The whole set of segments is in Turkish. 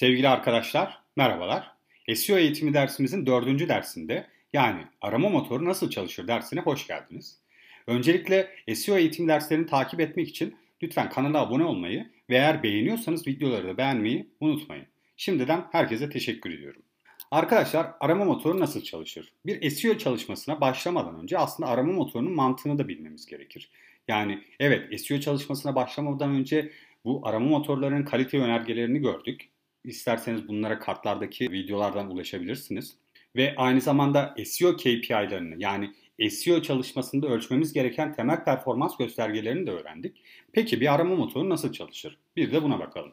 Sevgili arkadaşlar, merhabalar. SEO eğitimi dersimizin 4. dersinde yani arama motoru nasıl çalışır dersine hoş geldiniz. Öncelikle SEO eğitim derslerini takip etmek için lütfen kanala abone olmayı ve eğer beğeniyorsanız videoları da beğenmeyi unutmayın. Şimdiden herkese teşekkür ediyorum. Arkadaşlar arama motoru nasıl çalışır? Bir SEO çalışmasına başlamadan önce aslında arama motorunun mantığını da bilmemiz gerekir. Yani evet SEO çalışmasına başlamadan önce bu arama motorlarının kalite yönergelerini gördük. İsterseniz bunlara kartlardaki videolardan ulaşabilirsiniz. Ve aynı zamanda SEO KPI'larını yani SEO çalışmasında ölçmemiz gereken temel performans göstergelerini de öğrendik. Peki bir arama motoru nasıl çalışır? Bir de buna bakalım.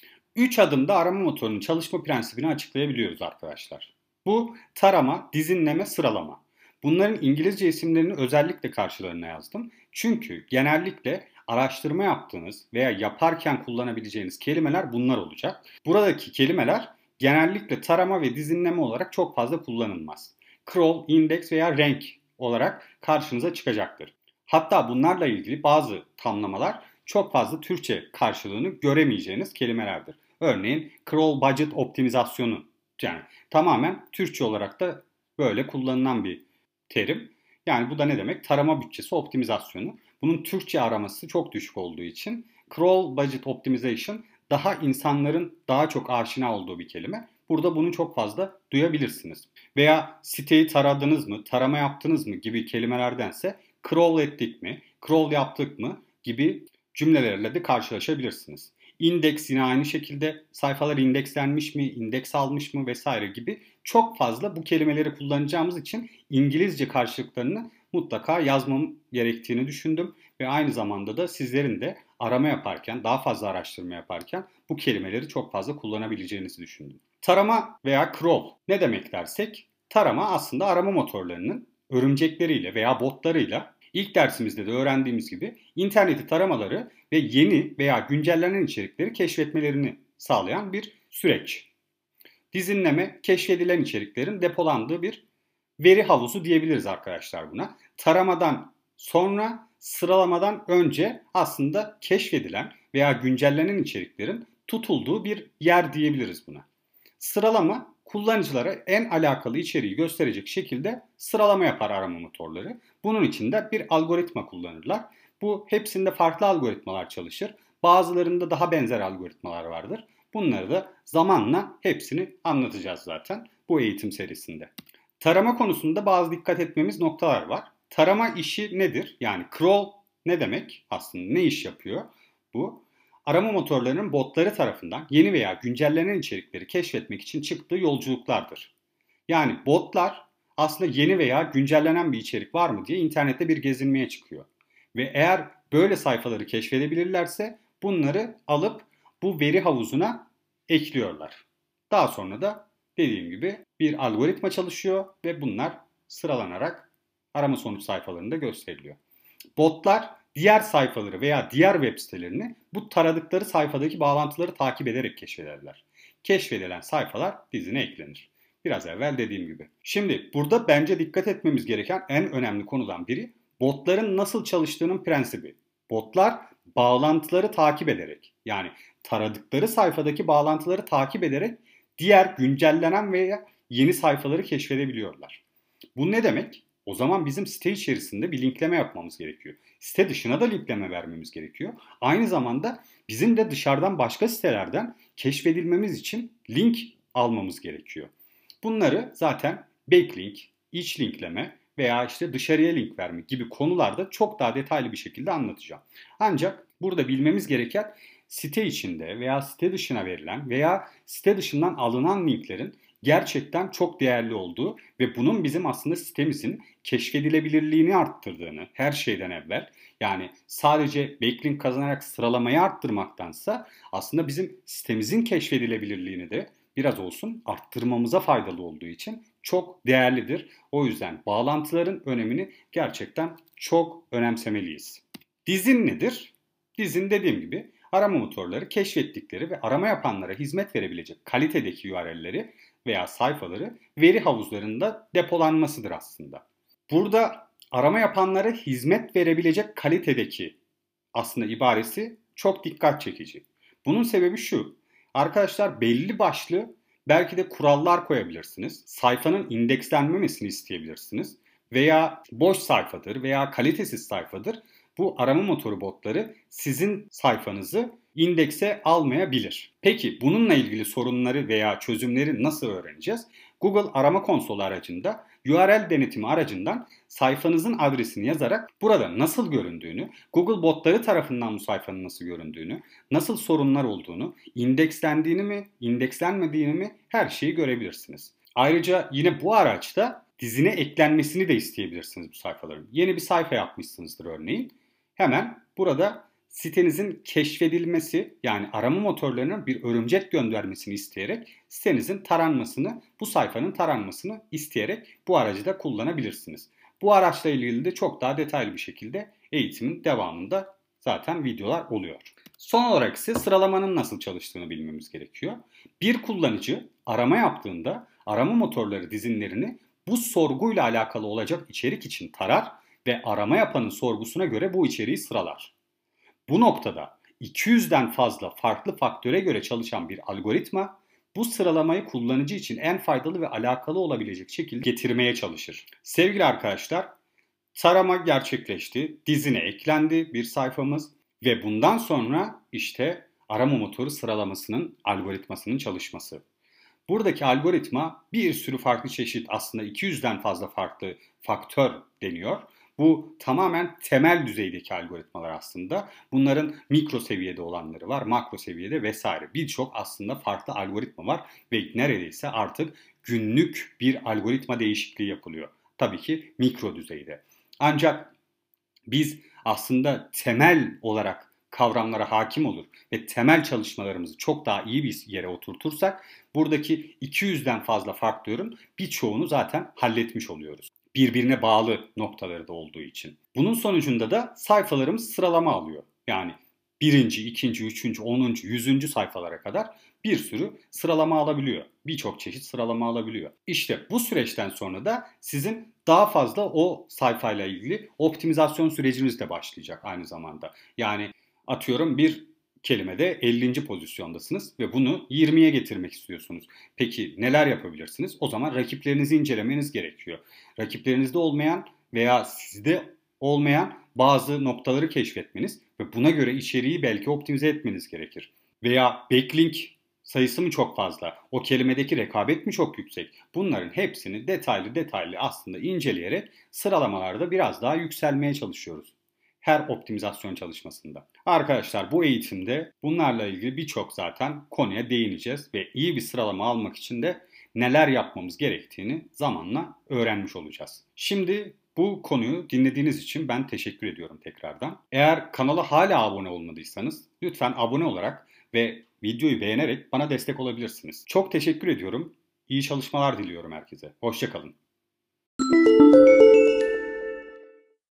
3 adımda arama motorunun çalışma prensibini açıklayabiliyoruz arkadaşlar. Bu tarama, dizinleme, sıralama. Bunların İngilizce isimlerini özellikle karşılarına yazdım. Çünkü genellikle araştırma yaptığınız veya yaparken kullanabileceğiniz kelimeler bunlar olacak. Buradaki kelimeler genellikle tarama ve dizinleme olarak çok fazla kullanılmaz. Crawl, index veya rank olarak karşınıza çıkacaktır. Hatta bunlarla ilgili bazı tamlamalar çok fazla Türkçe karşılığını göremeyeceğiniz kelimelerdir. Örneğin crawl budget optimizasyonu yani tamamen Türkçe olarak da böyle kullanılan bir terim. Yani bu da ne demek? Tarama bütçesi optimizasyonu. Bunun Türkçe araması çok düşük olduğu için crawl budget optimization daha insanların daha çok aşina olduğu bir kelime. Burada bunu çok fazla duyabilirsiniz. Veya siteyi taradınız mı, tarama yaptınız mı gibi kelimelerdense crawl ettik mi, crawl yaptık mı gibi cümlelerle de karşılaşabilirsiniz. İndeks yine aynı şekilde sayfalar indekslenmiş mi, indeks almış mı vesaire gibi çok fazla bu kelimeleri kullanacağımız için İngilizce karşılıklarını mutlaka yazmam gerektiğini düşündüm ve aynı zamanda da sizlerin de arama yaparken, daha fazla araştırma yaparken bu kelimeleri çok fazla kullanabileceğinizi düşündüm. Tarama veya crawl ne demek dersek, tarama aslında arama motorlarının örümcekleriyle veya botlarıyla İlk dersimizde de öğrendiğimiz gibi interneti taramaları ve yeni veya güncellenen içerikleri keşfetmelerini sağlayan bir süreç. Dizinleme, keşfedilen içeriklerin depolandığı bir veri havuzu diyebiliriz arkadaşlar buna. Taramadan sonra, sıralamadan önce aslında keşfedilen veya güncellenen içeriklerin tutulduğu bir yer diyebiliriz buna. Sıralama kullanıcılara en alakalı içeriği gösterecek şekilde sıralama yapar arama motorları. Bunun için de bir algoritma kullanırlar. Bu hepsinde farklı algoritmalar çalışır. Bazılarında daha benzer algoritmalar vardır. Bunları da zamanla hepsini anlatacağız zaten bu eğitim serisinde. Tarama konusunda bazı dikkat etmemiz noktalar var. Tarama işi nedir? Yani crawl ne demek? Aslında ne iş yapıyor bu? Arama motorlarının botları tarafından yeni veya güncellenen içerikleri keşfetmek için çıktığı yolculuklardır. Yani botlar aslında yeni veya güncellenen bir içerik var mı diye internette bir gezinmeye çıkıyor. Ve eğer böyle sayfaları keşfedebilirlerse bunları alıp bu veri havuzuna ekliyorlar. Daha sonra da dediğim gibi bir algoritma çalışıyor ve bunlar sıralanarak arama sonuç sayfalarında gösteriliyor. Botlar diğer sayfaları veya diğer web sitelerini bu taradıkları sayfadaki bağlantıları takip ederek keşfederler. Keşfedilen sayfalar dizine eklenir. Biraz evvel dediğim gibi. Şimdi burada bence dikkat etmemiz gereken en önemli konudan biri botların nasıl çalıştığının prensibi. Botlar bağlantıları takip ederek yani taradıkları sayfadaki bağlantıları takip ederek diğer güncellenen veya yeni sayfaları keşfedebiliyorlar. Bu ne demek? O zaman bizim site içerisinde bir linkleme yapmamız gerekiyor. Site dışına da linkleme vermemiz gerekiyor. Aynı zamanda bizim de dışarıdan başka sitelerden keşfedilmemiz için link almamız gerekiyor. Bunları zaten backlink, iç linkleme veya işte dışarıya link verme gibi konularda çok daha detaylı bir şekilde anlatacağım. Ancak burada bilmemiz gereken site içinde veya site dışına verilen veya site dışından alınan linklerin gerçekten çok değerli olduğu ve bunun bizim aslında sitemizin keşfedilebilirliğini arttırdığını her şeyden evvel yani sadece backlink kazanarak sıralamayı arttırmaktansa aslında bizim sitemizin keşfedilebilirliğini de biraz olsun arttırmamıza faydalı olduğu için çok değerlidir. O yüzden bağlantıların önemini gerçekten çok önemsemeliyiz. Dizin nedir? Dizin dediğim gibi arama motorları keşfettikleri ve arama yapanlara hizmet verebilecek kalitedeki URL'leri veya sayfaları veri havuzlarında depolanmasıdır aslında. Burada arama yapanlara hizmet verebilecek kalitedeki aslında ibaresi çok dikkat çekici. Bunun sebebi şu. Arkadaşlar belli başlı belki de kurallar koyabilirsiniz. Sayfanın indekslenmemesini isteyebilirsiniz. Veya boş sayfadır veya kalitesiz sayfadır. Bu arama motoru botları sizin sayfanızı indekse almayabilir. Peki bununla ilgili sorunları veya çözümleri nasıl öğreneceğiz? Google arama konsolu aracında URL denetimi aracından sayfanızın adresini yazarak burada nasıl göründüğünü, Google botları tarafından bu sayfanın nasıl göründüğünü, nasıl sorunlar olduğunu, indekslendiğini mi, indekslenmediğini mi her şeyi görebilirsiniz. Ayrıca yine bu araçta dizine eklenmesini de isteyebilirsiniz bu sayfaların. Yeni bir sayfa yapmışsınızdır örneğin. Hemen burada sitenizin keşfedilmesi, yani arama motorlarının bir örümcek göndermesini isteyerek sitenizin taranmasını, bu sayfanın taranmasını isteyerek bu aracı da kullanabilirsiniz. Bu araçla ilgili de çok daha detaylı bir şekilde eğitimin devamında zaten videolar oluyor. Son olarak ise sıralamanın nasıl çalıştığını bilmemiz gerekiyor. Bir kullanıcı arama yaptığında arama motorları dizinlerini bu sorguyla alakalı olacak içerik için tarar ve arama yapanın sorgusuna göre bu içeriği sıralar. Bu noktada 200'den fazla farklı faktöre göre çalışan bir algoritma bu sıralamayı kullanıcı için en faydalı ve alakalı olabilecek şekilde getirmeye çalışır. Sevgili arkadaşlar, tarama gerçekleşti, dizine eklendi bir sayfamız ve bundan sonra işte arama motoru sıralamasının algoritmasının çalışması. Buradaki algoritma bir sürü farklı çeşit, aslında 200'den fazla farklı faktör deniyor. Bu tamamen temel düzeydeki algoritmalar aslında. Bunların mikro seviyede olanları var, makro seviyede vesaire. Birçok aslında farklı algoritma var ve neredeyse artık günlük bir algoritma değişikliği yapılıyor. Tabii ki mikro düzeyde. Ancak biz aslında temel olarak kavramlara hakim olur ve temel çalışmalarımızı çok daha iyi bir yere oturtursak buradaki 200'den fazla faktörün birçoğunu zaten halletmiş oluyoruz. Birbirine bağlı noktaları da olduğu için. Bunun sonucunda da sayfalarımız sıralama alıyor. Yani birinci, ikinci, üçüncü, 10. 100. sayfalara kadar bir sürü sıralama alabiliyor. Birçok çeşit sıralama alabiliyor. İşte bu süreçten sonra da sizin daha fazla o sayfayla ilgili optimizasyon süreciniz de başlayacak aynı zamanda. Yani atıyorum bir kelimede 50. pozisyondasınız ve bunu 20'ye getirmek istiyorsunuz. Peki neler yapabilirsiniz? O zaman rakiplerinizi incelemeniz gerekiyor. Rakiplerinizde olmayan veya sizde olmayan bazı noktaları keşfetmeniz ve buna göre içeriği belki optimize etmeniz gerekir. Veya backlink sayısı mı çok fazla? O kelimedeki rekabet mi çok yüksek? Bunların hepsini detaylı aslında inceleyerek sıralamalarda biraz daha yükselmeye çalışıyoruz her optimizasyon çalışmasında. Arkadaşlar bu eğitimde bunlarla ilgili birçok zaten konuya değineceğiz ve iyi bir sıralama almak için de neler yapmamız gerektiğini zamanla öğrenmiş olacağız. Şimdi bu konuyu dinlediğiniz için ben teşekkür ediyorum tekrardan. Eğer kanala hala abone olmadıysanız lütfen abone olarak ve videoyu beğenerek bana destek olabilirsiniz. Çok teşekkür ediyorum. İyi çalışmalar diliyorum herkese. Hoşça kalın.